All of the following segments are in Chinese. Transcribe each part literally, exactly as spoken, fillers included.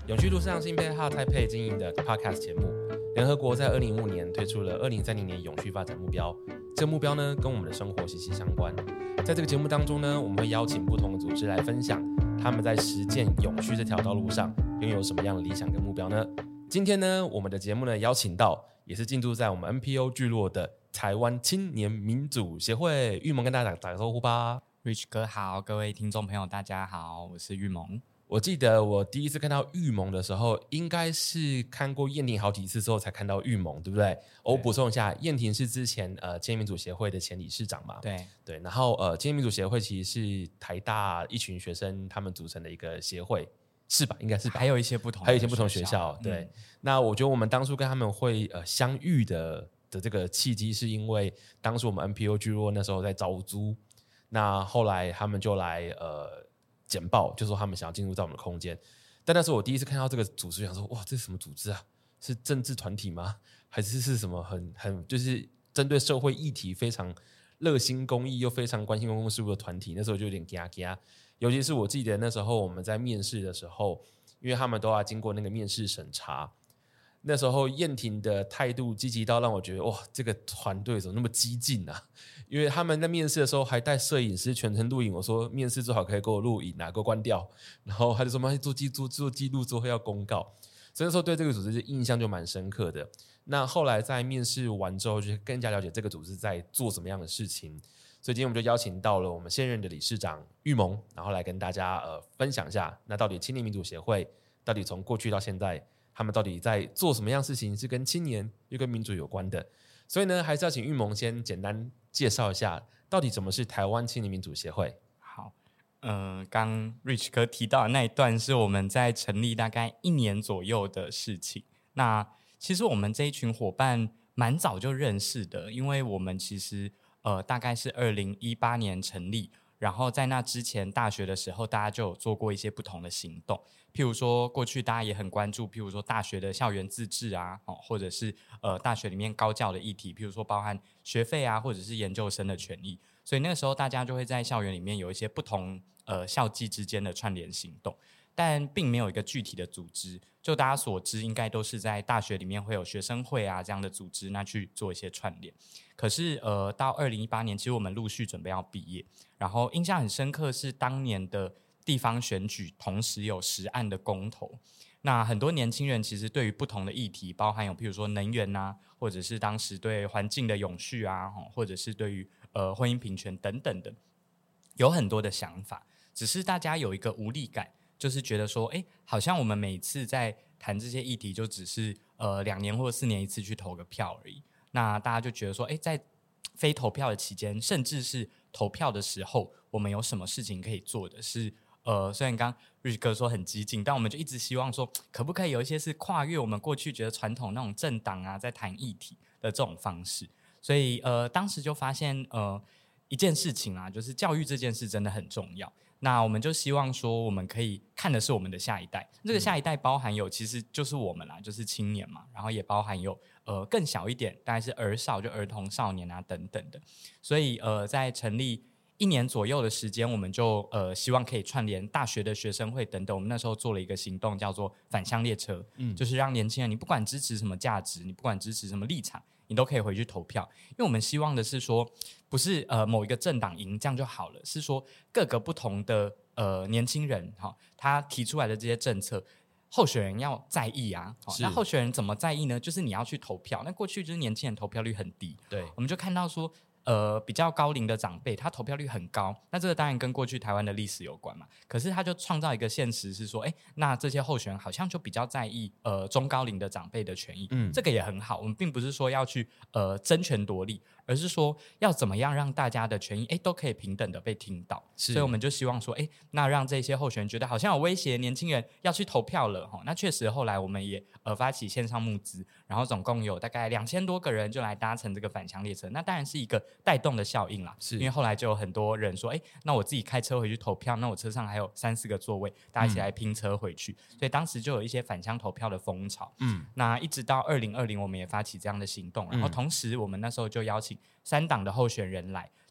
永续路上是 Impact Hub Taipei 经营的 Podcast 节目。联合国在二零一五年推出了二零三零年永续发展目标，这个目标呢跟我们的生活息息相关。在这个节目当中呢，我们会邀请不同的组织来分享他们在实践永续这条道路上拥有什么样的理想跟目标呢？今天呢，我们的节目呢邀请到也是进驻在我们 N P O 聚落的台湾青年民主协会玉萌，跟大家 打, 打个招呼吧。 Rich 哥好，各位听众朋友大家好，我是玉萌。 我记得我第一次看到玉萌的时候，应该是看过燕婷好几次之后才看到玉萌，对不对？对，我补充一下，燕婷是之前呃青年民主协会的前理事长嘛？ 对对。然后呃青年民主协会其实是台大一群学生他们组成的一个协会，是吧？应该是吧？ 还有一些不同的， 还有一些不同学校。对、嗯。那我觉得我们当初跟他们会呃相遇的的这个契机，是因为当时我们 N P O 聚落那时候在招租，那后来他们就来呃。简报就说他们想要进入到我们的空间，但那时候我第一次看到这个组织，想说哇，这是什么组织啊？是政治团体吗？还是是什么很很就是针对社会议题非常热心公益又非常关心公共事务的团体？那时候就有点怕怕，尤其是我记得那时候我们在面试的时候，因为他们都要经过那个面试审查。那时候燕婷的态度积极到让我觉得哇，这个团队怎么那么激进啊？因为他们在面试的时候还带摄影师全程录影，我说面试最好可以给我录影啊，给我关掉。然后他就说妈做记做做记录之后要公告，所以那时候对这个组织的印象就蛮深刻的。那后来在面试完之后，就更加了解这个组织在做什么样的事情。所以今天我们就邀请到了我们现任的理事长玉萌，然后来跟大家呃分享一下，那到底青年民主协会到底从过去到现在，他们到底在做什么样的事情是跟青年又跟民主有关的。所以呢，还是要请玉萌先简单介绍一下到底什么是台湾青年民主协会。 好，呃，刚 Rich 哥提到的那一段是我们在成立大概一年左右的事情。那其实我们这一群伙伴蛮早就认识的，因为我们其实呃大概是二零一八年成立，然后在那之前大学的时候大家就有做过一些不同的行动，譬如说过去大家也很关注譬如说大学的校园自治啊，或者是呃大学里面高教的议题，譬如说包含学费啊，或者是研究生的权益，所以那个时候大家就会在校园里面有一些不同呃校际之间的串联行动，但并没有一个具体的组织，就大家所知应该都是在大学里面会有学生会啊这样的组织，那去做一些串联。可是呃，到二零一八年其实我们陆续准备要毕业，然后印象很深刻是当年的地方选举同时有十案的公投，那很多年轻人其实对于不同的议题，包含有譬如说能源啊，或者是当时对环境的永续啊，或者是对于呃婚姻平权等等的，有很多的想法，只是大家有一个无力感，就是觉得说哎，好像我们每次在谈这些议题就只是呃两年或四年一次去投个票而已，那大家就觉得说哎，在非投票的期间，甚至是投票的时候，我们有什么事情可以做的是呃，虽然刚刚 Rich 哥说很激进，但我们就一直希望说可不可以有一些是跨越我们过去觉得传统那种政党啊在谈议题的这种方式。所以呃，当时就发现呃一件事情啊，就是教育这件事真的很重要，那我们就希望说我们可以看的是我们的下一代，这个下一代包含有其实就是我们啦，就是青年嘛，然后也包含有呃更小一点，大概是儿少，就儿童少年啊等等的。所以呃在成立一年左右的时间，我们就呃希望可以串联大学的学生会等等，我们那时候做了一个行动叫做返乡列车，嗯，就是让年轻人你不管支持什么价值，你不管支持什么立场，你都可以回去投票。因为我们希望的是说不是呃某一个政党赢这样就好了，是说各个不同的呃年轻人、哦、他提出来的这些政策候选人要在意啊、哦、那候选人怎么在意呢？就是你要去投票。那过去就是年轻人投票率很低，对，我们就看到说呃，比较高龄的长辈他投票率很高，那这个当然跟过去台湾的历史有关嘛，可是他就创造一个现实是说哎，那这些候选人好像就比较在意呃中高龄的长辈的权益、嗯、这个也很好，我们并不是说要去呃争权夺利，而是说要怎么样让大家的权益哎都可以平等的被听到，所以我们就希望说哎，那让这些候选人觉得好像有威胁，年轻人要去投票了、哦、那确实后来我们也呃发起线上募资，然后总共有大概两千多个人就来搭乘这个返乡列车，那当然是一个带动的效应啦，因为后来就有很多人说哎，那我自己开车回去投票，那我车上还有三四个座位，大家一起来拼车回去、嗯、所以当时就有一些返乡投票的风潮，嗯，那一直到二零二零我们也发起这样的行动，然后同时我们那时候就邀请三党的候选人来，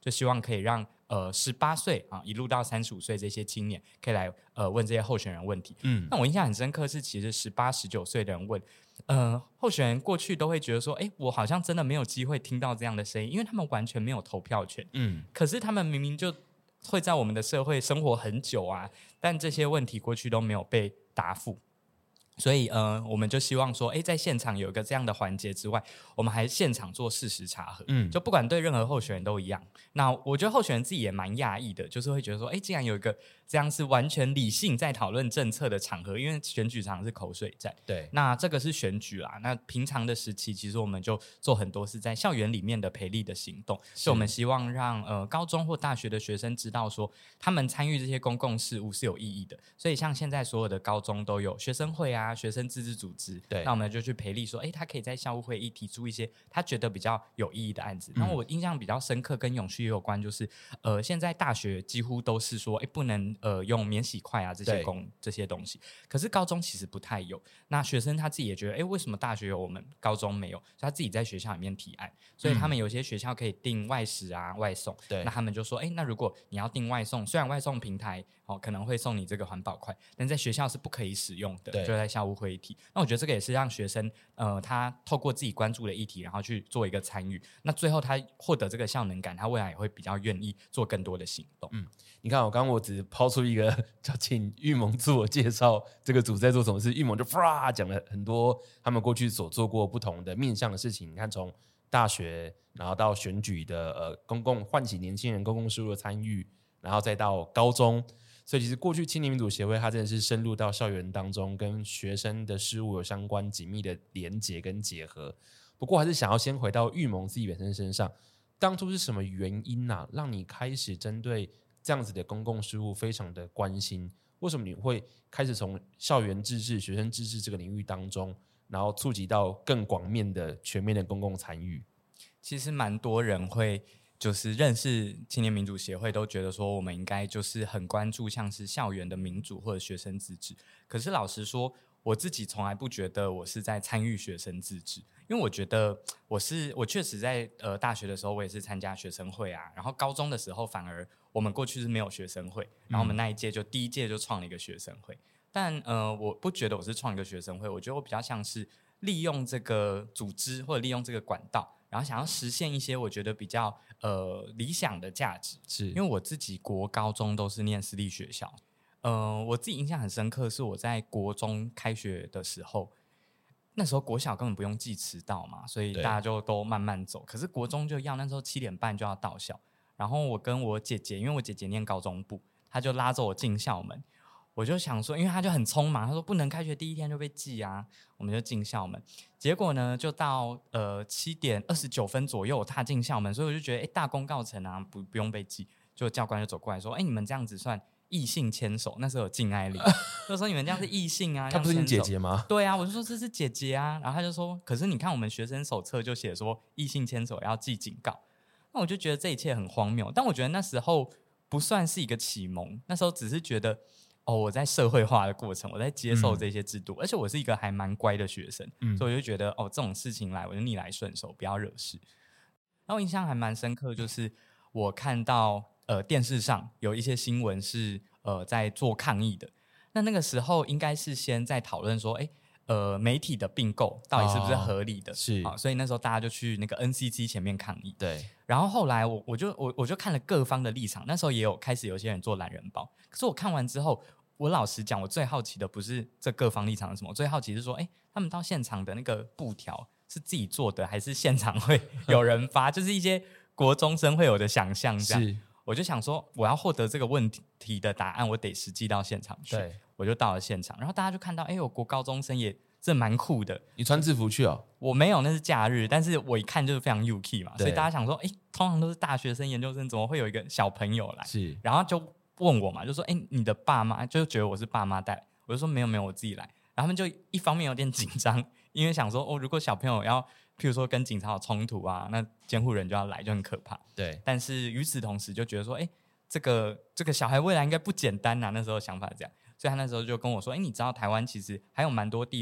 就希望可以让呃十八岁啊一路到三十五岁这些青年可以来呃问这些候选人问题。嗯，那我印象很深刻是，其实十八、十九岁的人问，呃，候选人过去都会觉得说，哎，我好像真的没有机会听到这样的声音，因为他们完全没有投票权。嗯，可是他们明明就会在我们的社会生活很久啊，但这些问题过去都没有被答复。所以呃，我们就希望说，哎，在现场有一个这样的环节之外，我们还现场做事实查核，嗯，就不管对任何候选人都一样。那我觉得候选人自己也蛮讶异的，就是会觉得说，哎，竟然有一个这样是完全理性在讨论政策的场合，因为选举场是口水战， 对， 那这个是选举啦。那平常的时期，其实我们就做很多是在校园里面的培力的行动，所以我们希望让呃高中或大学的学生知道说，他们参与这些公共事务是有意义的。所以像现在所有的高中都有学生会啊、学生自治组织，对，那我们就去培力说，哎，他可以在校务会议提出一些他觉得比较有意义的案子。那、嗯、我印象比较深刻跟永续也有关，就是呃，现在大学几乎都是说，哎，不能呃用免洗筷啊这些公这些东西，可是高中其实不太有。那学生他自己也觉得，哎，为什么大学有我们高中没有？所以他自己在学校里面提案，所以他们有些学校可以订外食啊、外送，对，那他们就说，哎，那如果你要订外送，虽然外送平台哦可能会送你这个环保筷，但在学校是不可以使用的，就在校务会议提。那我觉得这个也是让学生呃他透过自己关注的议题，然后去做一个参与。那最后他获得这个效能感，他未来也会比较愿意做更多的行动。 嗯，你看我刚刚我只抛出一个叫请育萌自我介绍，这个组在做什么事，育萌就啪讲了很多他们过去所做过不同的面向的事情。你看从大学，然后到选举的呃公共唤起年轻人公共事务的参与，然后再到高中。所以其实过去青年民主协会它真的是深入到校园当中，跟学生的事务有相关紧密的连结跟结合。不过还是想要先回到育萌自己本身身上，当初是什么原因啊，让你开始针对这样子的公共事务非常的关心？为什么你会开始从校园自治、学生自治这个领域当中，然后触及到更广面的全面的公共参与？ 其实蛮多人会就是认识青年民主协会都觉得说我们应该就是很关注像是校园的民主或者学生自治，可是老实说我自己从来不觉得我是在参与学生自治，因为我觉得我是我确实在呃大学的时候我也是参加学生会啊，然后高中的时候反而我们过去是没有学生会，然后我们那一届就第一届就创了一个学生会，但呃我不觉得我是创一个学生会，我觉得我比较像是利用这个组织或者利用这个管道，然后想要实现一些我觉得比较呃理想的价值，是因为我自己国高中都是念私立学校，呃，我自己印象很深刻，是我在国中开学的时候，那时候国小根本不用记迟到嘛，所以大家就都慢慢走。可是国中就要，那时候七点半就要到校，然后我跟我姐姐，因为我姐姐念高中部，她就拉着我进校门。我就想说，因为她就很匆忙，她说不能开学第一天就被记啊，我们就进校门。结果呢，就到呃七点二十九分左右，我踏进校门，所以我就觉得，哎，大功告成啊，不不用被记。就教官就走过来说，哎，你们这样子算异性牵手，那时候有禁爱令，就说你们这样是异性啊。 她不是你姐姐吗？ 对啊，我就说这是姐姐啊，然后他就说，可是你看我们学生手册就写说异性牵手要记警告，那我就觉得这一切很荒谬。但我觉得那时候不算是一个启蒙，那时候只是觉得哦，我在社会化的过程，我在接受这些制度，嗯、而且我是一个还蛮乖的学生，嗯、所以我就觉得哦，这种事情来我就逆来顺受，不要惹事。然后印象还蛮深刻，就是我看到呃电视上有一些新闻是呃在做抗议的，那那个时候应该是先在讨论说，哎。呃，媒体的并购到底是不是合理的？哦、 是啊，所以那时候大家就去那个 N C C 前面抗议。 对， 然后后来我我就我我就看了各方的立场，那时候也有开始有些人做懒人包。可是我看完之后，我老实讲，我最好奇的不是这各方立场是什么，我最好奇是说，哎，他们到现场的那个布条是自己做的，还是现场会有人发？就是一些国中生会有的想象这样。我就想说，我要获得这个问题的答案，我得实际到现场去。对，我就到了现场，然后大家就看到，哎，我国高中生也这蛮酷的。 你穿制服去哦？ 我没有，那是假日，但是我一看就是非常 U K 嘛，所以大家想说，哎，通常都是大学生、研究生，怎么会有一个小朋友来？是，然后就问我嘛，就说，哎，你的爸妈就觉得我是爸妈带来，我就说没有没有，我自己来。然后他们就一方面有点紧张，因为想说，哦，如果小朋友要譬如说跟警察有冲突啊，那监护人就要来，就很可怕。对，但是与此同时就觉得说，哎，这个这个小孩未来应该不简单啊，那时候想法这样，所以他那时候就跟我说，哎，你知道台湾其实还有蛮多地方，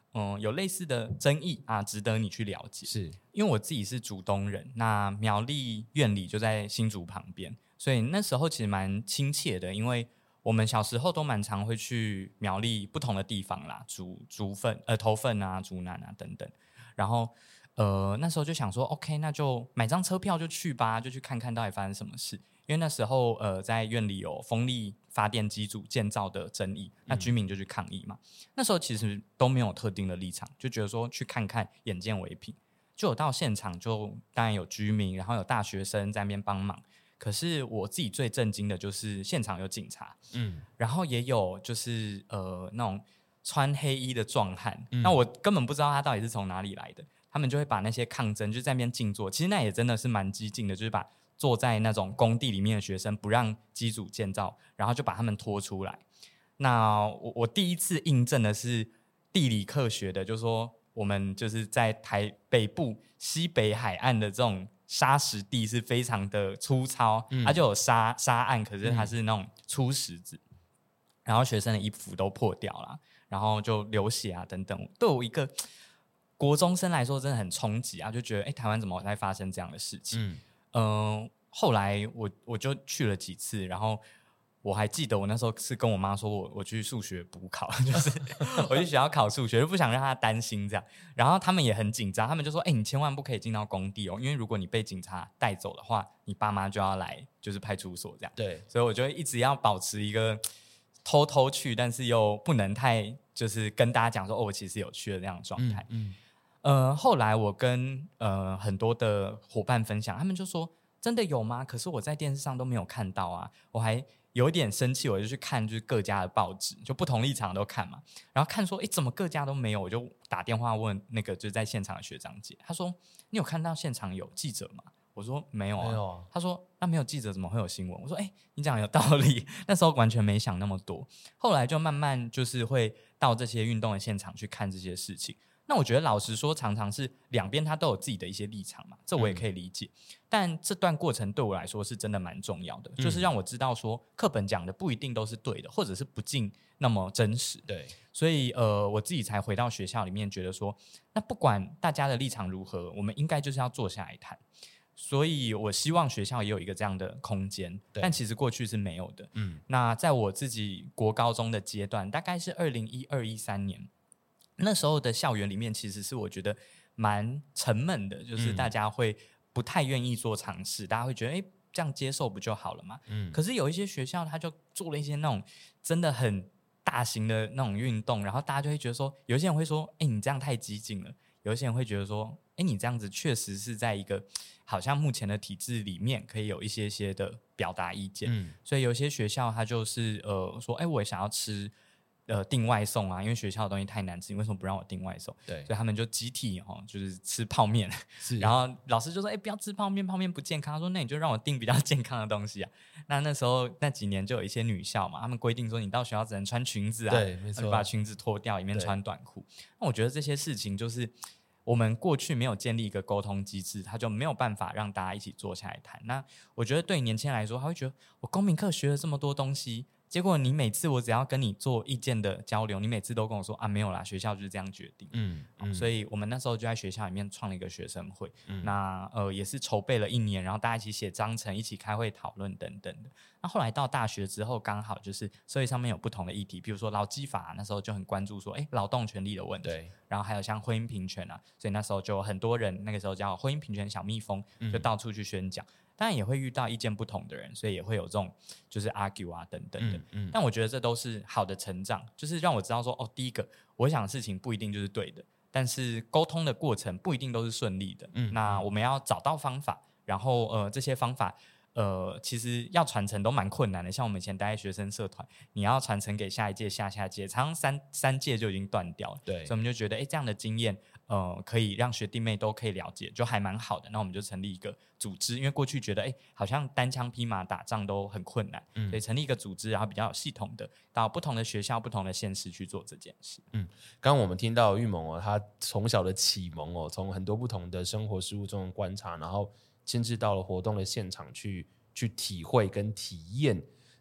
嗯有类似的争议啊，值得你去了解。 是因为我自己是竹东人，那苗栗院里就在新竹旁边，所以那时候其实蛮亲切的，因为我们小时候都蛮常会去苗栗不同的地方啦，竹竹份呃头份啊、竹南啊等等，然后呃那时候就想说 OK 那就买张车票就去吧，就去看看到底发生什么事。因为那时候呃在院里有风力发电机组建造的争议，那居民就去抗议嘛、嗯、那时候其实都没有特定的立场，就觉得说去看看眼见为凭，就有到现场，就当然有居民，然后有大学生在那边帮忙。可是我自己最震惊的就是现场有警察，嗯，然后也有就是呃那种穿黑衣的壮汉、嗯，那我根本不知道他到底是从哪里来的，他们就会把那些抗争就在那边静坐，其实那也真的是蛮激进的，就是把坐在那种工地里面的学生不让机组建造，然后就把他们拖出来。那 我, 我第一次印证的是地理科学的，就是说我们就是在台北部西北海岸的这种沙石地是非常的粗糙，嗯、它就有沙沙岸，可是它是那种粗石子、嗯，然后学生的衣服都破掉了，然后就流血啊等等，对我一个国中生来说真的很冲击啊，就觉得哎，台湾怎么会发生这样的事情？嗯，呃、后来我我就去了几次，然后。我还记得我那时候是跟我妈说我我去数学补考，就是我去学校考数学，就不想让她担心这样。然后他们也很紧张，他们就说：“哎、欸，你千万不可以进到工地哦，因为如果你被警察带走的话，你爸妈就要来就是派出所这样。” 对， 所以我就一直要保持一个偷偷去，但是又不能太就是跟大家讲说哦，我其实有去的这样的状态。嗯，嗯呃，后来我跟呃很多的伙伴分享，他们就说：“真的有吗？可是我在电视上都没有看到啊，我还。”有一点生气，我就去看就是各家的报纸，就不同立场都看嘛，然后看说，哎，怎么各家都没有？我就打电话问那个就是在现场的学长姐，他说：“你有看到现场有记者吗？”我说：“没有啊。”没有啊。他说：“那没有记者怎么会有新闻？”我说：“哎，你讲有道理。”那时候完全没想那么多，后来就慢慢就是会到这些运动的现场去看这些事情。那我觉得老实说，常常是两边他都有自己的一些立场嘛，这我也可以理解。嗯、但这段过程对我来说是真的蛮重要的，嗯、就是让我知道说课本讲的不一定都是对的，或者是不尽那么真实。 对， 所以呃，我自己才回到学校里面，觉得说，那不管大家的立场如何，我们应该就是要坐下来谈。所以我希望学校也有一个这样的空间，但其实过去是没有的。嗯，那在我自己国高中的阶段，大概是二零一二一三年。那时候的校园里面其实是我觉得蛮沉闷的，就是大家会不太愿意做尝试、嗯、大家会觉得哎，这样接受不就好了嘛、嗯、可是有一些学校他就做了一些那种真的很大型的那种运动，然后大家就会觉得说，有些人会说哎，你这样太激进了，有些人会觉得说哎，你这样子确实是在一个好像目前的体制里面可以有一些些的表达意见、嗯、所以有些学校他就是呃说哎，我也想要吃呃，订外送啊，因为学校的东西太难吃，你为什么不让我订外送？ 对， 所以他们就集体哦，就是吃泡面。然后老师就说：“哎、欸，不要吃泡面，泡面不健康。”他说：“那你就让我订比较健康的东西啊。”那那时候那几年就有一些女校嘛，他们规定说你到学校只能穿裙子啊， 对，没错， 就把裙子脱掉，里面穿短裤。那我觉得这些事情就是我们过去没有建立一个沟通机制，他就没有办法让大家一起坐下来谈。那我觉得对年轻人来说，他会觉得我公民课学了这么多东西。结果你每次我只要跟你做意见的交流，你每次都跟我说啊没有啦，学校就是这样决定。嗯，嗯所以我们那时候就在学校里面创了一个学生会，嗯、那呃也是筹备了一年，然后大家一起写章程，一起开会讨论等等的。那后来到大学之后，刚好就是社会上面有不同的议题，比如说劳基法、啊，那时候就很关注说，哎，劳动权利的问题。对。然后还有像婚姻平权啊，所以那时候就有很多人，那个时候叫婚姻平权小蜜蜂，就到处去宣讲。嗯当然也会遇到意见不同的人，所以也会有这种就是 argue 啊等等的、嗯嗯、但我觉得这都是好的成长，就是让我知道说哦，第一个我想的事情不一定就是对的，但是沟通的过程不一定都是顺利的、嗯、那我们要找到方法，然后呃这些方法呃其实要传承都蛮困难的，像我们以前待在学生社团，你要传承给下一届下下届，常常三三届就已经断掉了，对，所以我们就觉得哎这样的经验呃，可以让学弟妹都可以了解，就还蛮好的。那我们就成立一个组织，因为过去觉得，哎，好像单枪匹马打仗都很困难，嗯，所以成立一个组织，然后比较有系统的到不同的学校、不同的县市去做这件事。 嗯，刚刚我们听到育萌哦，他从小的启蒙哦，从很多不同的生活事物中的观察，然后亲自到了活动的现场去去体会跟体验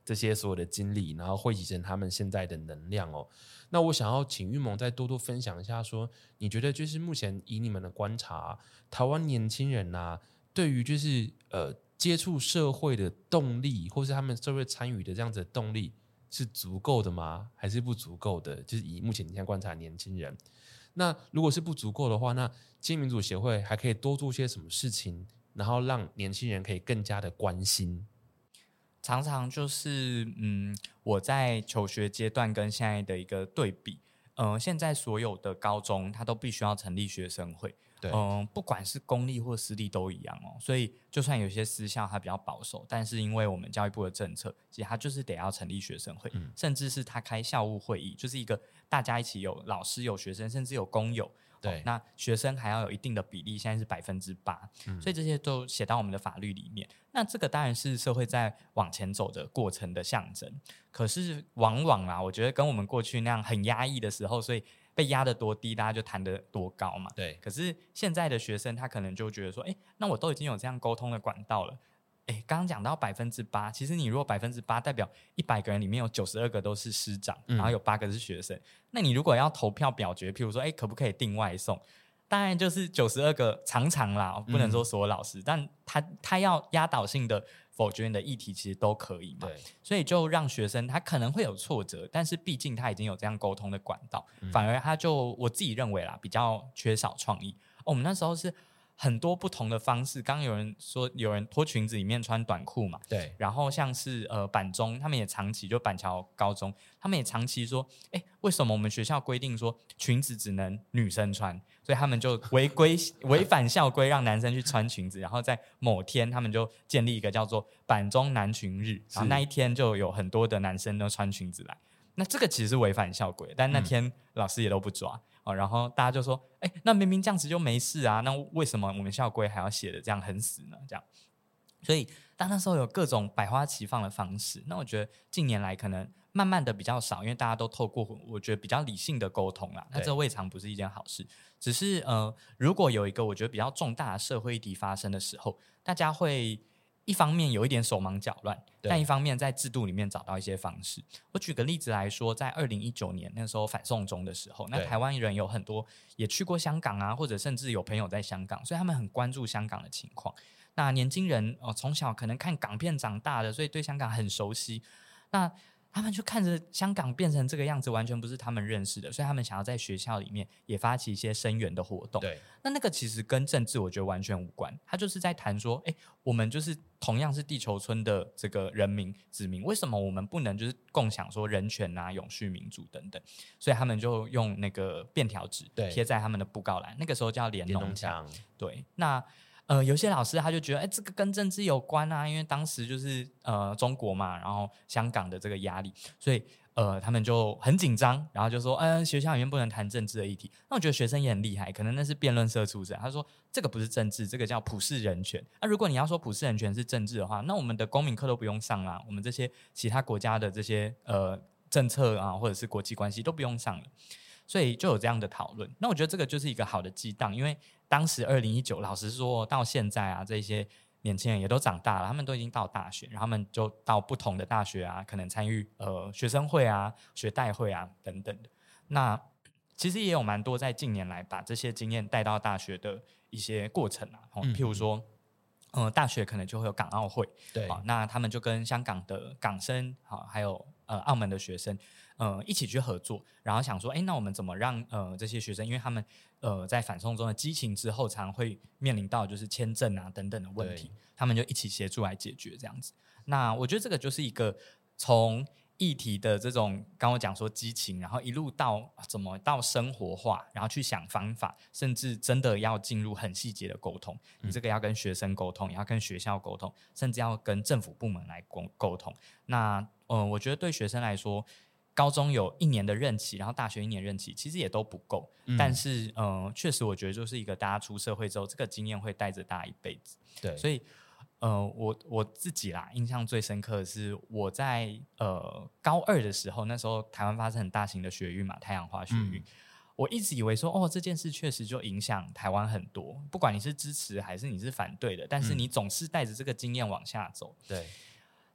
这些所有的经历，然后汇集成他们现在的能量哦。那我想要请玉萌再多多分享一下说，说你觉得就是目前以你们的观察、啊，台湾年轻人啊，对于就是呃接触社会的动力，或是他们社会参与的这样子的动力是足够的吗？还是不足够的？就是以目前你现在观察的年轻人，那如果是不足够的话，那青年民主协会还可以多做些什么事情，然后让年轻人可以更加的关心？ 常常就是嗯，我在求学阶段跟现在的一个对比，嗯、呃，现在所有的高中它都必须要成立学生会， 对， 嗯、呃，不管是公立或私立都一样哦。所以就算有些私校它比较保守，但是因为我们教育部的政策，其实它就是得要成立学生会，嗯、甚至是他开校务会议，就是一个大家一起有老师有学生，甚至有工友。 对、 哦，那学生还要有一定的比例，现在是百分之八，所以这些都写到我们的法律里面。那这个当然是社会在往前走的过程的象征，可是往往啊，我觉得跟我们过去那样很压抑的时候，所以被压得多低，大家就谈得多高嘛。 对。 可是现在的学生，他可能就觉得说，哎，那我都已经有这样沟通的管道了。哎，刚刚讲到百分之八，其实你如果百分之八代表一百个人里面有九十二个都是师长，嗯、然后有八个是学生，那你如果要投票表决，譬如说，哎，可不可以订外送？当然就是九十二个常常啦，不能说所有老师，嗯、但他他要压倒性的否决你的议题，其实都可以嘛。所以就让学生他可能会有挫折，但是毕竟他已经有这样沟通的管道，嗯、反而他就我自己认为啦，比较缺少创意。哦、我们那时候是很多不同的方式，刚刚有人说有人脱裙子里面穿短裤嘛， 对， 然后像是呃板中他们也长期就板桥高中，他们也长期说，哎，为什么我们学校规定说裙子只能女生穿，所以他们就违规违反校规，让男生去穿裙子，然后在某天他们就建立一个叫做板中男裙日，然后那一天就有很多的男生都穿裙子来。那这个其实是违反校规，但那天老师也都不抓、嗯哦、然后大家就说，哎，那明明这样子就没事啊，那为什么我们校规还要写的这样很死呢？这样，所以但那时候有各种百花齐放的方式。那我觉得近年来可能慢慢的比较少，因为大家都透过我觉得比较理性的沟通啦，那这未尝不是一件好事。只是呃，如果有一个我觉得比较重大的社会议题发生的时候，大家会一方面有一点手忙脚乱，但一方面在制度里面找到一些方式。我举个例子来说，在二零一九年那时候反送中的时候，那台湾人有很多也去过香港啊，或者甚至有朋友在香港，所以他们很关注香港的情况。那年轻人哦，从小可能看港片长大的，所以对香港很熟悉。那他们就看着香港变成这个样子，完全不是他们认识的，所以他们想要在学校里面也发起一些声援的活动。 对， 那那个其实跟政治我觉得完全无关，他就是在谈说，哎，我们就是同样是地球村的这个人民子民，为什么我们不能就是共享说人权啊、永续民主等等？所以他们就用那个便条纸贴在他们的布告栏，那个时候叫联农墙。对，那。呃，有些老师他就觉得，哎，这个跟政治有关啊，因为当时就是呃中国嘛，然后香港的这个压力，所以呃他们就很紧张，然后就说，嗯、呃，学校里面不能谈政治的议题。那我觉得学生也很厉害，可能那是辩论社出身，他说这个不是政治，这个叫普世人权。那、啊、如果你要说普世人权是政治的话，那我们的公民课都不用上啦，我们这些其他国家的这些呃政策啊，或者是国际关系都不用上了。所以就有这样的讨论。那我觉得这个就是一个好的激荡，因为当时二零一九老实说到现在啊，这些年轻人也都长大了，他们都已经到大学，然后他们就到不同的大学啊，可能参与呃学生会啊、学代会啊等等的。那其实也有蛮多在近年来把这些经验带到大学的一些过程啊，哦、譬如说呃大学可能就会有港澳会， 对、 哦、那他们就跟香港的港生、哦、还有呃澳门的学生呃，一起去合作，然后想说，哎，那我们怎么让呃这些学生，因为他们呃在反送中的激情之后，常会面临到就是签证啊等等的问题，他们就一起协助来解决这样子。那我觉得这个就是一个从议题的这种刚我讲说激情，然后一路到怎么到生活化，然后去想方法，甚至真的要进入很细节的沟通。你这个要跟学生沟通，也要跟学校沟通，甚至要跟政府部门来沟通。那呃，我觉得对学生来说，高中有一年的任期，然后大学一年任期，其实也都不够。嗯、但是，呃，确实我觉得就是一个大家出社会之后，这个经验会带着大家一辈子。 对， 所以，呃，我我自己啦，印象最深刻的是我在呃高二的时候，那时候台湾发生很大型的学运嘛，太阳花学运。嗯、我一直以为说，哦，这件事确实就影响台湾很多，不管你是支持还是你是反对的，但是你总是带着这个经验往下走。 对。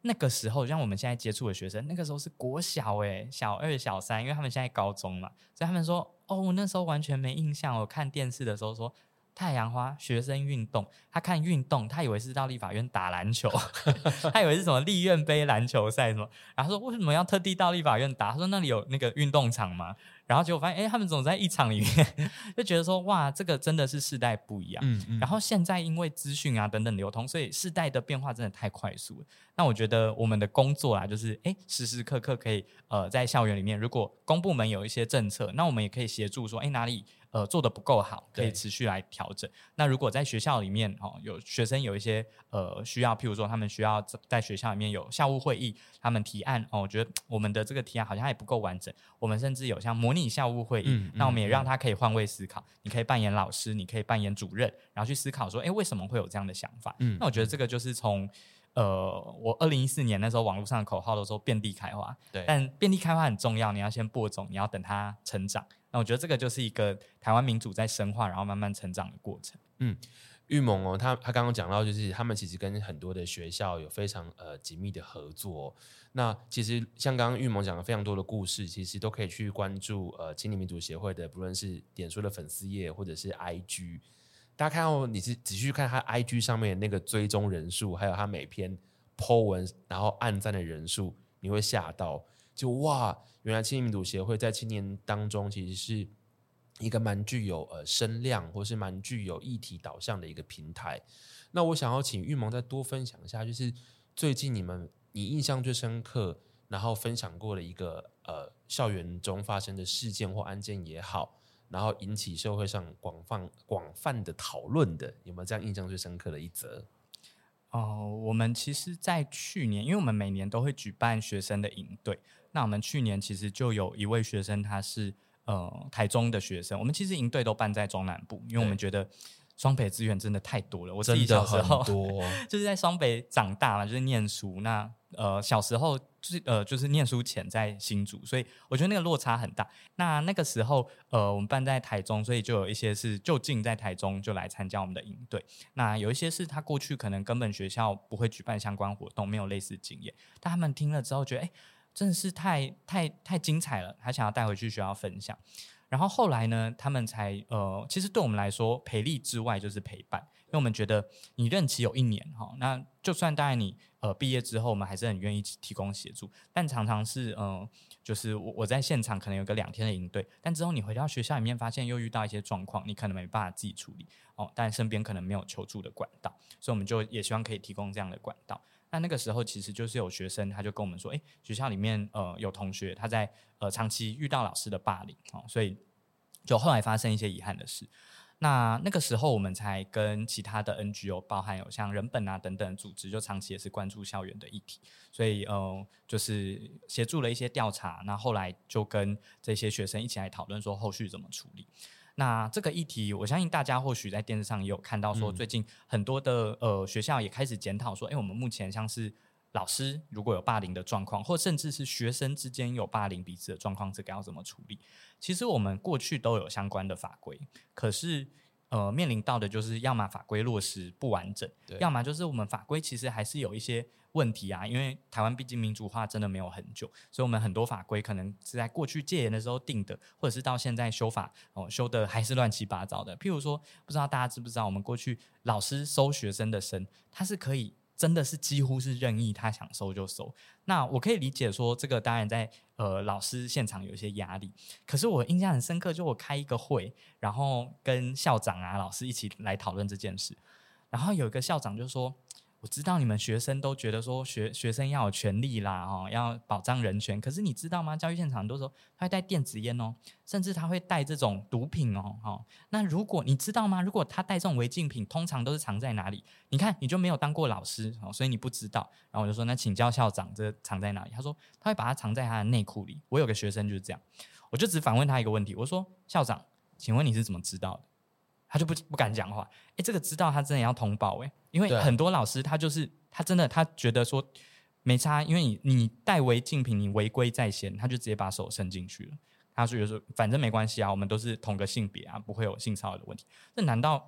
那个时候像我们现在接触的学生，那个时候是国小哎，小二小三，因为他们现在高中嘛，所以他们说哦，我那时候完全没印象。我看电视的时候说太阳花学生运动，他看运动，他以为是到立法院打篮球，他以为是什么立院杯篮球赛什么，然后说为什么要特地到立法院打？他说那里有那个运动场吗？然后结果发现，哎，他们总在一场里面，就觉得说，哇，这个真的是世代不一样。嗯嗯。然后现在因为资讯啊等等流通，所以世代的变化真的太快速了。那我觉得我们的工作啊，就是哎，时时刻刻可以呃，在校园里面，如果公部门有一些政策，那我们也可以协助说，哎，哪里呃做的不够好，可以持续来调整。那如果在学校里面，哦，有学生有一些呃需要，譬如说他们需要在学校里面有校务会议，他们提案哦，我觉得我们的这个提案好像还不够完整，我们甚至有像模拟校务会议，嗯、那我们也让他可以换位思考，你可以扮演老师，你可以扮演主任，然后去思考说，哎，为什么会有这样的想法？嗯、那我觉得这个就是从呃，我二零一四年那时候网络上的口号都说遍地开花，对，但遍地开花很重要，你要先播种，你要等它成长。那我觉得这个就是一个台湾民主在深化，然后慢慢成长的过程。 嗯，育萌哦，他他刚刚讲到，就是他们其实跟很多的学校有非常呃紧密的合作、哦。那其实像刚刚育萌讲的非常多的故事，其实都可以去关注呃青年民主协会的，不论是脸书的粉丝页或者是 I G。大家看到你是仔细看他 I G 上面的那个追踪人数，还有他每篇 po 文然后按赞的人数，你会吓到，就哇，原来青年民主协会在青年当中其实是一个蛮具有呃声量，或是蛮具有议题导向的一个平台。那我想要请育萌再多分享一下，就是最近你们你印象最深刻，然后分享过的一个呃校园中发生的事件或案件也好，然后引起社会上广泛广泛的讨论的，有没有这样印象最深刻的一则？ 哦，我们其实在去年，因为我们每年都会举办学生的营队，那我们去年其实就有一位学生，他是呃台中的学生，我们其实营队都办在中南部，因为我们觉得双北资源真的太多了。我自己小时候就是在双北长大嘛，就是念书。那呃小时候就是呃就是念书前在新竹，所以我觉得那个落差很大。那那个时候呃我们办在台中，所以就有一些是就近在台中就来参加我们的营队。那有一些是他过去可能根本学校不会举办相关活动，没有类似经验，但他们听了之后觉得哎。真的是太太太精彩了，他想要带回去学校分享。然后后来呢，他们才呃，其实对我们来说，培力之外就是陪伴，因为我们觉得你任期有一年哈，那就算当然你呃毕业之后，我们还是很愿意提供协助，但常常是呃，就是我我在现场可能有个两天的营队，但之后你回到学校里面，发现又遇到一些状况，你可能没办法自己处理哦，但身边可能没有求助的管道，所以我们就也希望可以提供这样的管道。那那个时候其实就是有学生，他就跟我们说，哎，学校里面呃有同学他在呃长期遇到老师的霸凌、哦、所以就后来发生一些遗憾的事。那那个时候我们才跟其他的 N G O， 包含有像人本啊等等的组织，就长期也是关注校园的议题，所以呃就是协助了一些调查。那后来就跟这些学生一起来讨论说后续怎么处理。那这个议题，我相信大家或许在电视上也有看到，说最近很多的呃学校也开始检讨说，哎，我们目前像是老师如果有霸凌的状况，或甚至是学生之间有霸凌彼此的状况，这个要怎么处理？其实我们过去都有相关的法规，可是呃面临到的就是要么法规落实不完整，要么就是我们法规其实还是有一些问题啊，因为台湾毕竟民主化真的没有很久，所以我们很多法规可能是在过去戒严的时候定的，或者是到现在修法、哦、修的还是乱七八糟的。譬如说，不知道大家知不知道，我们过去老师收学生的生，他是可以真的是几乎是任意，他想收就收。那我可以理解说，这个当然在呃老师现场有一些压力，可是我印象很深刻，就我开一个会，然后跟校长啊、老师一起来讨论这件事，然后有一个校长就说，我知道你们学生都觉得说 学, 学生要有权利啦、哦，要保障人权，可是你知道吗？教育现场很多时候他会带电子烟哦，甚至他会带这种毒品哦。哦那如果你知道吗？如果他带这种违禁品，通常都是藏在哪里？你看你就没有当过老师、哦、所以你不知道。然后我就说那请教校长，这藏在哪里？他说他会把它藏在他的内裤里。我有个学生就是这样，我就只反问他一个问题，我说校长，请问你是怎么知道的？他就 不, 不敢讲话。哎，这个知道他真的要通报哎，因为很多老师他就是他真的他觉得说没差，因为你你带违禁品，你违规在先，他就直接把手伸进去了。他觉得说反正没关系啊，我们都是同个性别啊，不会有性骚扰的问题。这难道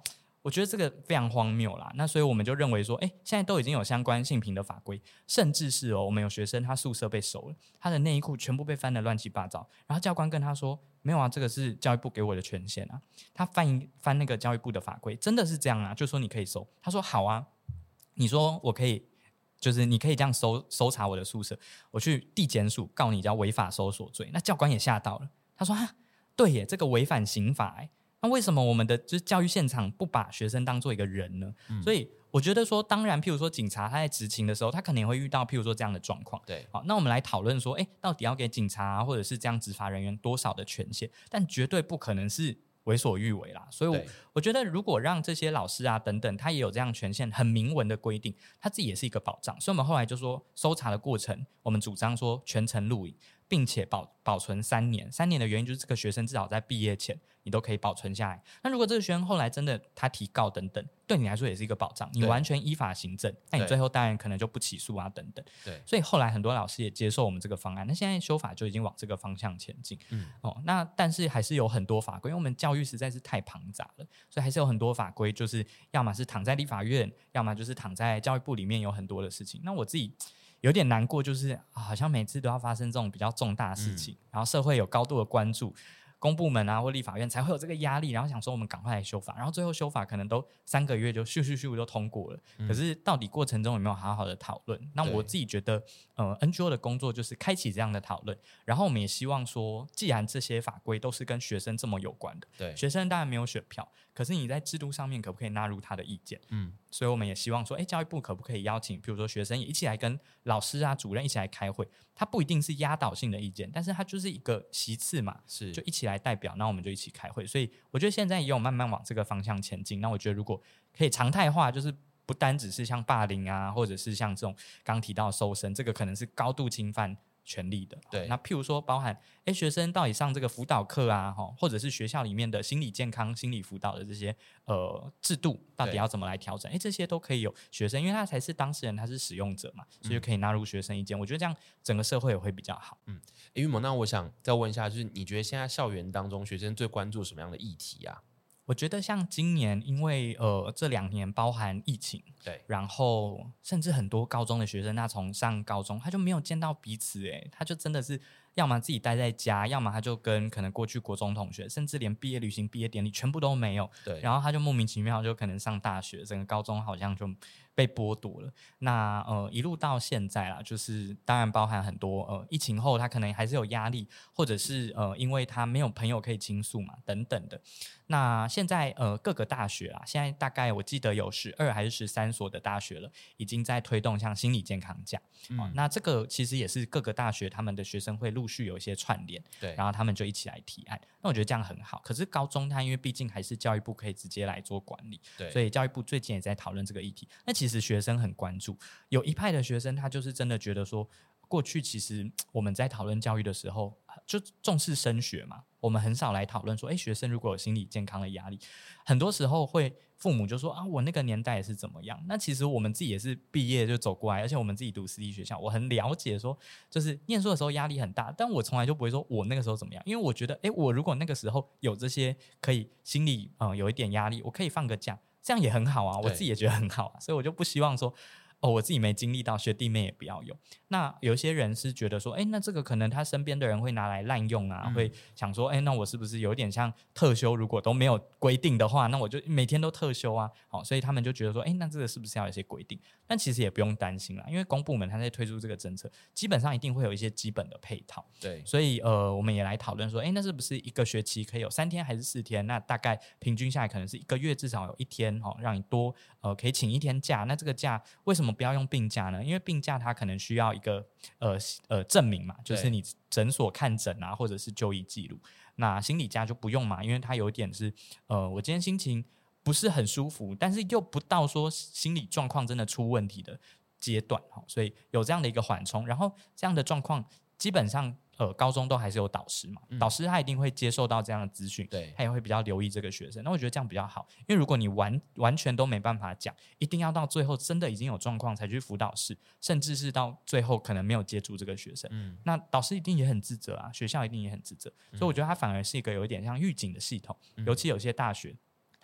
我觉得这个非常荒谬啦。那所以我们就认为说，哎，现在都已经有相关性平的法规，甚至是哦，我们有学生他宿舍被收了，他的内衣裤全部被翻得乱七八糟，然后教官跟他说，没有啊，这个是教育部给我的权限啊。他翻一翻那个教育部的法规，真的是这样啊，就说你可以收。他说好啊，你说我可以。就是你可以这样搜搜查我的宿舍，我去地检署告你叫违法搜索罪。那教官也吓到了，他说啊，对耶，这个违反刑法耶。那为什么我们的就是教育现场不把学生当做一个人呢？嗯、所以我觉得说，当然，譬如说警察他在执勤的时候，他可能也会遇到譬如说这样的状况。 对， 好，那我们来讨论说，哎，到底要给警察、啊、或者是这样执法人员多少的权限？但绝对不可能是为所欲为啦。所以我，我觉得如果让这些老师啊等等，他也有这样权限，很明文的规定，他自己也是一个保障。所以我们后来就说，搜查的过程，我们主张说全程录影，并且保保存三年。三年的原因就是这个学生至少在毕业前你都可以保存下来。那如果这个学生后来真的他提告等等，对你来说也是一个保障，你完全依法行政，那你最后当然可能就不起诉啊等等。 对， 所以后来很多老师也接受我们这个方案，那现在修法就已经往这个方向前进。嗯，哦，那但是还是有很多法规，因为我们教育实在是太庞杂了，所以还是有很多法规，就是要么是躺在立法院，要么就是躺在教育部里面，有很多的事情。那我自己有点难过，就是、啊、好像每次都要发生这种比较重大的事情，嗯、然后社会有高度的关注，公部门啊或立法院才会有这个压力，然后想说我们赶快来修法，然后最后修法可能都三个月就咻咻咻就通过了、嗯、可是到底过程中有没有好好的讨论？那我自己觉得呃 N G O 的工作就是开启这样的讨论，然后我们也希望说，既然这些法规都是跟学生这么有关的， 对， 学生当然没有选票，可是你在制度上面可不可以纳入他的意见？嗯，所以我们也希望说，哎，教育部可不可以邀请比如说学生也一起来跟老师啊主任一起来开会，他不一定是压倒性的意见，但是他就是一个席次嘛， 是就一起来代表，那我们就一起开会。所以我觉得现在也有慢慢往这个方向前进。那我觉得如果可以常态化，就是不单只是像霸凌啊，或者是像这种刚提到的搜身，这个可能是高度侵犯权利的。 对， 那譬如说包含诶学生到底上这个辅导课啊，或者是学校里面的心理健康心理辅导的这些呃制度到底要怎么来调整，诶这些都可以有学生，因为他才是当事人，他是使用者嘛，所以就可以纳入学生意见、嗯、我觉得这样整个社会也会比较好。 嗯，郁萌，那我想再问一下，就是你觉得现在校园当中学生最关注什么样的议题啊？ 我觉得像今年，因为呃这两年包含疫情， 对， 然后甚至很多高中的学生，他从上高中他就没有见到彼此，哎，他就真的是要么自己待在家，要么他就跟可能过去国中同学，甚至连毕业旅行、毕业典礼全部都没有， 对， 然后他就莫名其妙就可能上大学，整个高中好像就被剥夺了。那呃一路到现在啦，就是当然包含很多呃疫情后他可能还是有压力，或者是呃因为他没有朋友可以倾诉嘛等等的。那现在呃各个大学啊，现在大概我记得有十二还是十三所的大学了，已经在推动像心理健康假、嗯哦。那这个其实也是各个大学他们的学生会陆续有一些串联， 对， 然后他们就一起来提案。那我觉得这样很好。可是高中它因为毕竟还是教育部可以直接来做管理， 对， 所以教育部最近也在讨论这个议题。那其实学生很关注，有一派的学生他就是真的觉得说，过去其实我们在讨论教育的时候就重视升学嘛，我们很少来讨论说，哎，学生如果有心理健康的压力，很多时候会父母就说啊，我那个年代也是怎么样。那其实我们自己也是毕业就走过来，而且我们自己读私立学校，我很了解说，就是念书的时候压力很大，但我从来就不会说我那个时候怎么样，因为我觉得，哎，我如果那个时候有这些可以心理呃有一点压力，我可以放个假，这样也很好啊，我自己也觉得很好啊，所以我就不希望说。哦，我自己没经历到，学弟妹也不要有。那有些人是觉得说，哎，那这个可能他身边的人会拿来滥用啊，嗯、会想说，哎，那我是不是有点像特休？如果都没有规定的话，那我就每天都特休啊。好、哦，所以他们就觉得说，哎，那这个是不是要有一些规定？但其实也不用担心啦，因为公部门他在推出这个政策，基本上一定会有一些基本的配套。 对， 所以呃，我们也来讨论说，哎，那是不是一个学期可以有三天还是四天？那大概平均下来可能是一个月至少有一天，哦，让你多呃可以请一天假。那这个假为什么不要用病假呢？因为病假它可能需要一个呃呃证明嘛，就是你诊所看诊啊，或者是就医记录。那心理假就不用嘛，因为它有一点是呃，我今天心情不是很舒服，但是又不到说心理状况真的出问题的阶段，所以有这样的一个缓冲。然后这样的状况基本上呃，高中都还是有导师嘛、嗯，导师他一定会接受到这样的资讯，对，他也会比较留意这个学生。那我觉得这样比较好，因为如果你完完全都没办法讲，一定要到最后真的已经有状况才去辅导室，甚至是到最后可能没有接触这个学生，嗯，那导师一定也很自责啊，学校一定也很自责，嗯、所以我觉得他反而是一个有一点像预警的系统，嗯、尤其有些大学。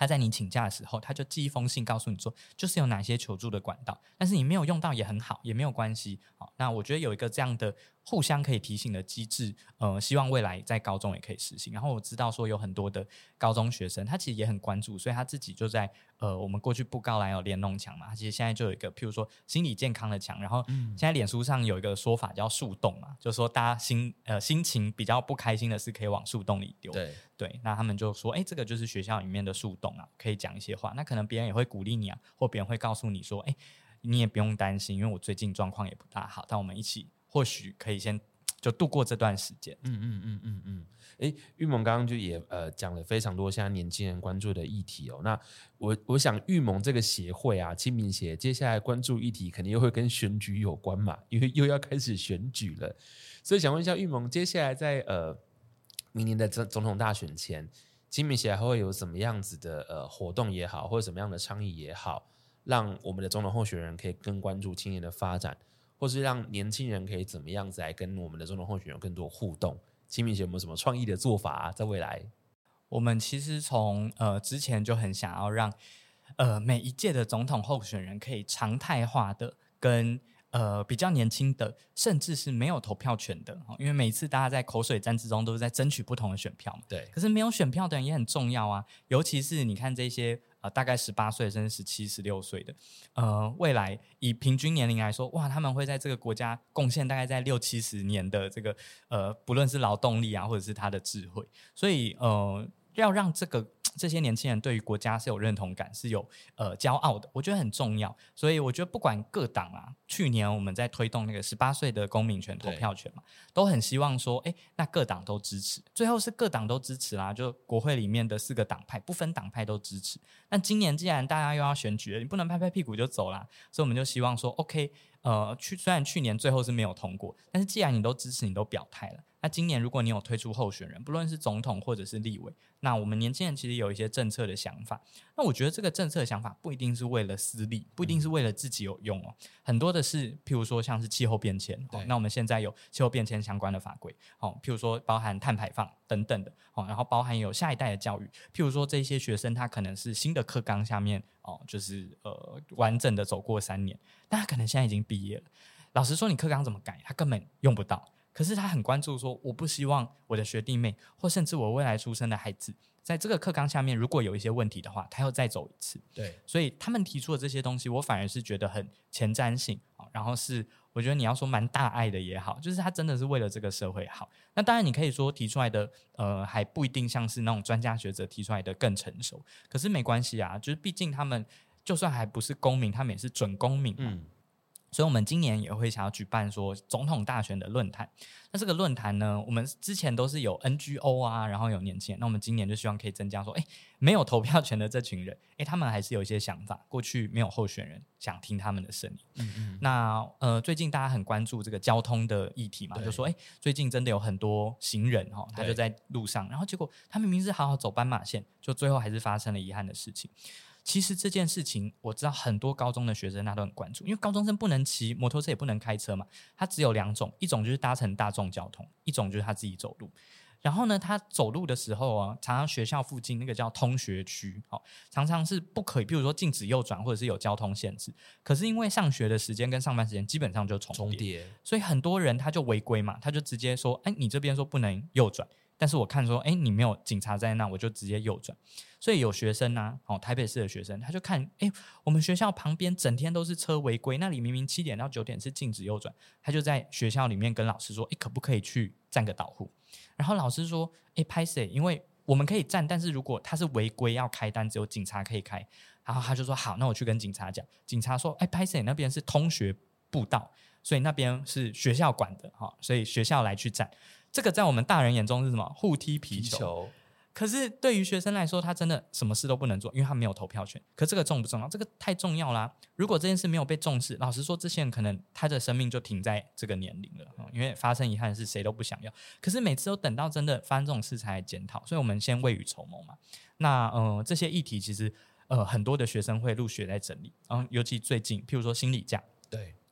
他在你请假的时候，他就寄一封信告诉你说，就是有哪些求助的管道，但是你没有用到也很好，也没有关系。好，那我觉得有一个这样的互相可以提醒的机制，呃，希望未来在高中也可以实行。然后我知道说有很多的高中学生，他其实也很关注，所以他自己就在呃，我们过去布告栏有联农墙嘛，他其实现在就有一个，譬如说心理健康的墙，然后现在脸书上有一个说法叫树洞嘛，就是说大家心呃心情比较不开心的是可以往树洞里丢。 对对，那他们就说，哎，这个就是学校里面的树洞啊，可以讲一些话。那可能别人也会鼓励你啊，或别人会告诉你说，哎，你也不用担心，因为我最近状况也不大好，但我们一起或许可以先就度过这段时间。 嗯嗯嗯嗯嗯。哎，玉萌刚刚就也呃讲了非常多现在年轻人关注的议题哦。那我我想玉萌这个协会啊，青民协接下来关注议题肯定又会跟选举有关嘛，因为又要开始选举了。所以想问一下玉萌，接下来在呃明年的总统大选前，青民协还会有什么样子的呃活动也好，或者什么样的倡议也好，让我们的总统候选人可以更关注青年的发展，或是让年轻人可以怎么样子来跟我们的总统候选人有更多互动？青民协有没有什么创意的做法啊？在未来， 我们其实从呃之前就很想要让呃每一届的总统候选人可以常态化的跟呃比较年轻的，甚至是没有投票权的，因为每一次大家在口水战之中都是在争取不同的选票嘛。 对。 可是没有选票的人也很重要啊，尤其是你看这些呃大概十八岁甚至十七、十六岁的，呃未来以平均年龄来说，哇，他们会在这个国家贡献大概在六七十年的这个呃不论是劳动力啊，或者是他的智慧，所以呃要让这个这些年轻人对于国家是有认同感，是有呃骄傲的，我觉得很重要。所以我觉得不管各党啊，去年我们在推动那个十八岁的公民权投票权嘛，都很希望说，哎，那各党都支持，最后是各党都支持啦，就国会里面的四个党派不分党派都支持。那今年既然大家又要选举了，你不能拍拍屁股就走啦，所以我们就希望说 OK， 呃，去虽然去年最后是没有通过，但是既然你都支持，你都表态了，那今年如果你有推出候选人，不论是总统或者是立委，那我们年轻人其实有一些政策的想法，那我觉得这个政策的想法不一定是为了私利，不一定是为了自己有用哦，很多的是譬如说像是气候变迁、哦、那我们现在有气候变迁相关的法规、哦、譬如说包含碳排放等等的、哦、然后包含有下一代的教育，譬如说这些学生他可能是新的课纲下面、哦、就是呃完整的走过三年，但他可能现在已经毕业了，老实说你课纲怎么改他根本用不到，可是他很关注说，我不希望我的学弟妹或甚至我未来出生的孩子在这个课纲下面如果有一些问题的话，他要再走一次。 对， 所以他们提出的这些东西我反而是觉得很前瞻性，然后是我觉得你要说蛮大爱的也好，就是他真的是为了这个社会好。那当然你可以说提出来的呃还不一定像是那种专家学者提出来的更成熟，可是没关系啊，就是毕竟他们就算还不是公民，他们也是准公民嘛。嗯，所以我们今年也会想要举办说总统大选的论坛。那这个论坛呢，我们之前都是有 N G O 啊，然后有年轻人，那我们今年就希望可以增加说，哎，没有投票权的这群人，哎，他们还是有一些想法，过去没有候选人，想听他们的声音。嗯嗯。那呃，最近大家很关注这个交通的议题嘛，就说，哎，最近真的有很多行人哈、哦，他就在路上，然后结果他明明是好好走斑马线，就最后还是发生了遗憾的事情。其实这件事情我知道很多高中的学生他都很关注，因为高中生不能骑摩托车也不能开车嘛，他只有两种，一种就是搭乘大众交通，一种就是他自己走路。然后呢，他走路的时候啊，常常学校附近那个叫通学区、哦、常常是不可以，比如说禁止右转或者是有交通限制，可是因为上学的时间跟上班时间基本上就重叠，重叠所以很多人他就违规嘛，他就直接说，哎，你这边说不能右转，但是我看说，哎，你没有警察在那，我就直接右转。所以有学生啊，哦，台北市的学生，他就看，哎，我们学校旁边整天都是车违规，那里明明七点到九点是禁止右转，他就在学校里面跟老师说，哎，可不可以去站个导护？然后老师说，哎，拍谁？因为我们可以站，但是如果他是违规要开单，只有警察可以开。然后他就说，好，那我去跟警察讲。警察说，哎，拍谁？那边是通学步道，所以那边是学校管的，哈、哦，所以学校来去站。这个在我们大人眼中是什么？互踢皮球。皮球可是对于学生来说，他真的什么事都不能做，因为他没有投票权。可这个重不重要？这个太重要啦！如果这件事没有被重视，老实说，这些人可能他的生命就停在这个年龄了，因为发生遗憾是谁都不想要。可是每次都等到真的发生这种事才来检讨，所以我们先未雨绸缪嘛。那呃，这些议题其实呃很多的学生会陆续在整理，然后尤其最近，譬如说心理假， 对。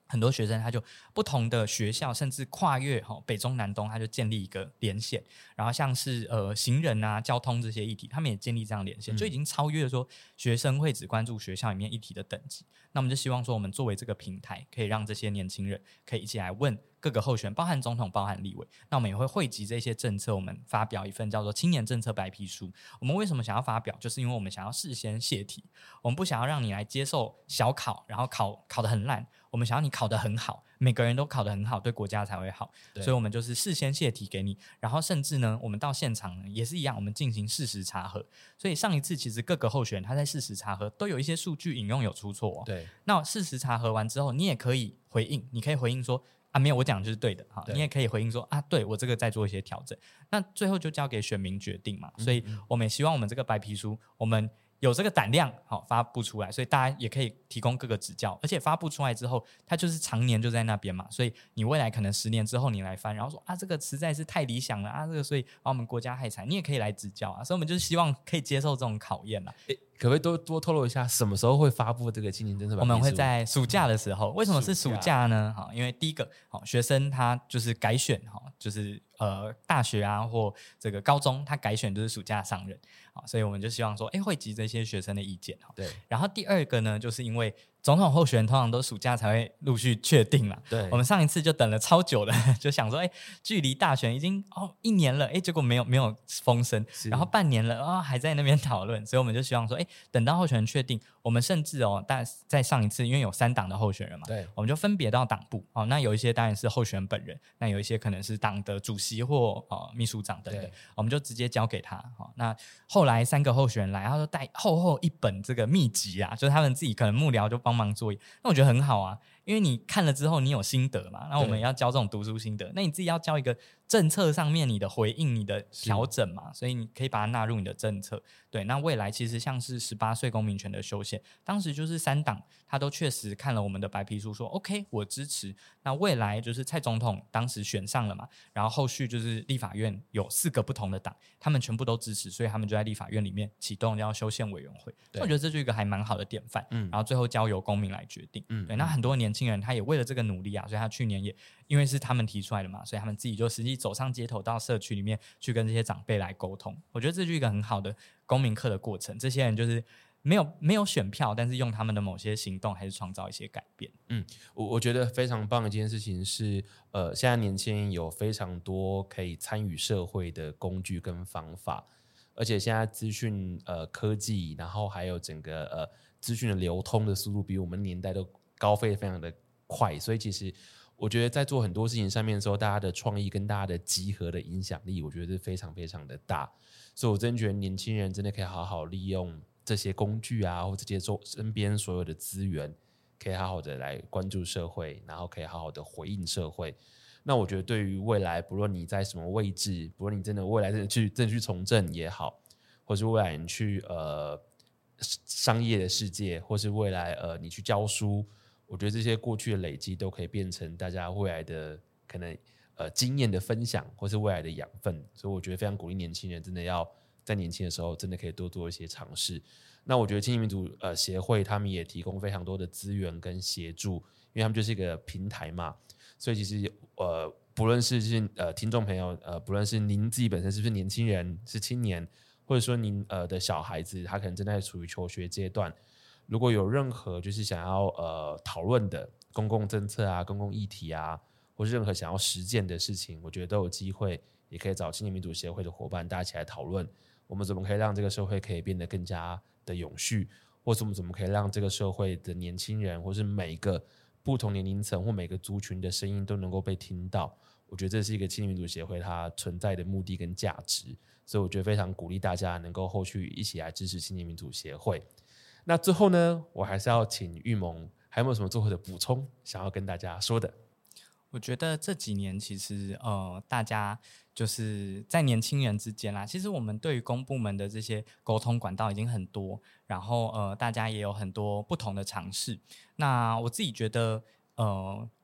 很多学生他就不同的学校，甚至跨越、哦、北中南东，他就建立一个连线，然后像是呃行人啊、交通这些议题，他们也建立这样连线，嗯、就已经超越了说学生会只关注学校里面议题的等级。那我们就希望说，我们作为这个平台，可以让这些年轻人可以一起来问各个候选人，包含总统、包含立委。那我们也会汇集这些政策，我们发表一份叫做青年政策白皮书。我们为什么想要发表？就是因为我们想要事先泄题，我们不想要让你来接受小考，然后考考得很烂。我们想要你考得很好，每个人都考得很好，对国家才会好。所以我们就是事先泄题给你，然后甚至呢，我们到现场呢也是一样，我们进行事实查核。所以上一次其实各个候选人他在事实查核都有一些数据引用有出错、哦。对，那事实查核完之后，你也可以回应，你可以回应说啊，没有，我讲的就是对的哈。你也可以回应说啊，对，我这个再做一些调整。那最后就交给选民决定嘛。所以我们也希望我们这个白皮书，我们有这个胆量好发布出来，所以大家也可以提供各个指教，而且发布出来之后它就是常年就在那边嘛，所以你未来可能十年之后你来翻，然后说啊这个实在是太理想了啊，这个所以把我们国家害惨，你也可以来指教啊，所以我们就是希望可以接受这种考验啦。 可不可以多多透露一下什么时候会发布这个青年政策白皮书？ 我们会在暑假的时候。为什么是暑假呢？好，因为第一个好学生他就是改选，就是呃大学啊或这个高中他改选就是暑假上任，好，所以我们就希望说哎汇集这些学生的意见。对，然后第二个呢就是因为总统候选人通常都暑假才会陆续确定嘛，对，我们上一次就等了超久了，就想说哎距离大选已经哦一年了，哎结果没有没有风声，然后半年了哦还在那边讨论，所以我们就希望说哎等到候选人确定，我们甚至哦但在上一次因为有三党的候选人嘛，对，我们就分别到党部哦，那有一些当然是候选人本人，那有一些可能是党的主席或、哦、秘书长等等，我们就直接交给他、哦、那后来三个候选人来，他就带厚厚一本这个秘籍啊，就是他们自己可能幕僚就帮忙作业，那我觉得很好啊，因为你看了之后你有心得嘛，那我们也要教这种读书心得，那你自己要教一个政策上面你的回应你的调整嘛，所以你可以把它纳入你的政策。对，那未来其实像是十八岁公民权的修宪，当时就是三党他都确实看了我们的白皮书说 OK 我支持，那未来就是蔡总统当时选上了嘛，然后后续就是立法院有四个不同的党他们全部都支持，所以他们就在立法院里面启动要修宪委员会，我觉得这就是一个还蛮好的典范、嗯、然后最后交由公民来决定、嗯、对，那很多年轻人他也为了这个努力啊，所以他去年也因为是他们提出来的嘛，所以他们自己就实际走上街头到社区里面去跟这些长辈来沟通，我觉得这就是一个很好的公民课的过程，这些人就是没有没有选票，但是用他们的某些行动还是创造一些改变。 嗯，我我觉得非常棒的一件事情是，呃，现在年轻人有非常多可以参与社会的工具跟方法，而且现在资讯呃科技，然后还有整个呃资讯的流通的速度比我们年代都高飞非常的快，所以其实我觉得在做很多事情上面的时候，大家的创意跟大家的集合的影响力，我觉得是非常非常的大。所以我真觉得年轻人真的可以好好利用这些工具啊，或这些身边所有的资源，可以好好的来关注社会，然后可以好好的回应社会。那我觉得对于未来，不论你在什么位置，不论你真的未来真的去真的去从政也好，或是未来你去呃商业的世界，或是未来呃你去教书，我觉得这些过去的累积都可以变成大家未来的可能呃经验的分享，或是未来的养分。所以我觉得非常鼓励年轻人真的要在年轻的时候真的可以多做一些尝试。那我觉得青年民主呃协会他们也提供非常多的资源跟协助，因为他们就是一个平台嘛，所以其实呃不论是是呃听众朋友呃不论是您自己本身是不是年轻人是青年，或者说您呃的小孩子他可能正在处于求学阶段，如果有任何就是想要呃讨论的公共政策啊、公共议题啊，或是任何想要实践的事情，我觉得都有机会，也可以找青年民主协会的伙伴大家一起来讨论，我们怎么可以让这个社会可以变得更加的永续，或是我们怎么可以让这个社会的年轻人，或是每个不同年龄层或每个族群的声音都能够被听到。我觉得这是一个青年民主协会它存在的目的跟价值，所以我觉得非常鼓励大家能够后续一起来支持青年民主协会。那最后呢，我还是要请玉萌还有没有什么最后的补充想要跟大家说的？ 我觉得这几年其实呃，大家就是在年轻人之间啦，其实我们对于公部门的这些沟通管道已经很多，然后呃，大家也有很多不同的尝试。那我自己觉得呃，我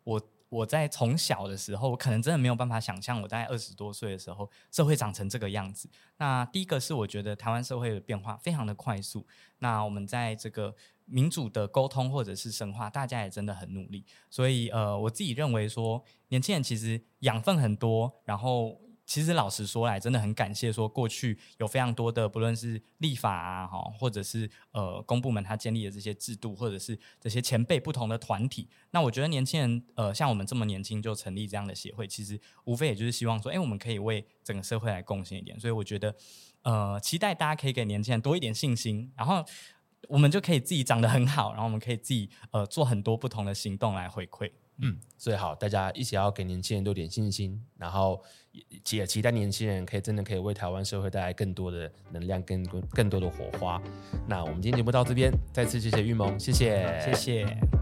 我在从小的时候，我可能真的没有办法想象，我大概二十多岁的时候，社会长成这个样子。那第一个是我觉得台湾社会的变化非常的快速，那我们在这个民主的沟通或者是深化，大家也真的很努力。所以呃，我自己认为说，年轻人其实养分很多，然后其实老实说来，真的很感谢说过去有非常多的不论是立法啊，或者是呃公部门他建立的这些制度，或者是这些前辈不同的团体。那我觉得年轻人呃像我们这么年轻就成立这样的协会，其实无非也就是希望说，哎，我们可以为整个社会来贡献一点。所以我觉得呃期待大家可以给年轻人多一点信心，然后我们就可以自己长得很好，然后我们可以自己呃做很多不同的行动来回馈。 嗯，最好大家一起要给年轻人多点信心，然后也期待年轻人可以真的可以为台湾社会带来更多的能量，更更多的火花。那我们今天节目到这边，再次谢谢玉萌，谢谢， 谢谢。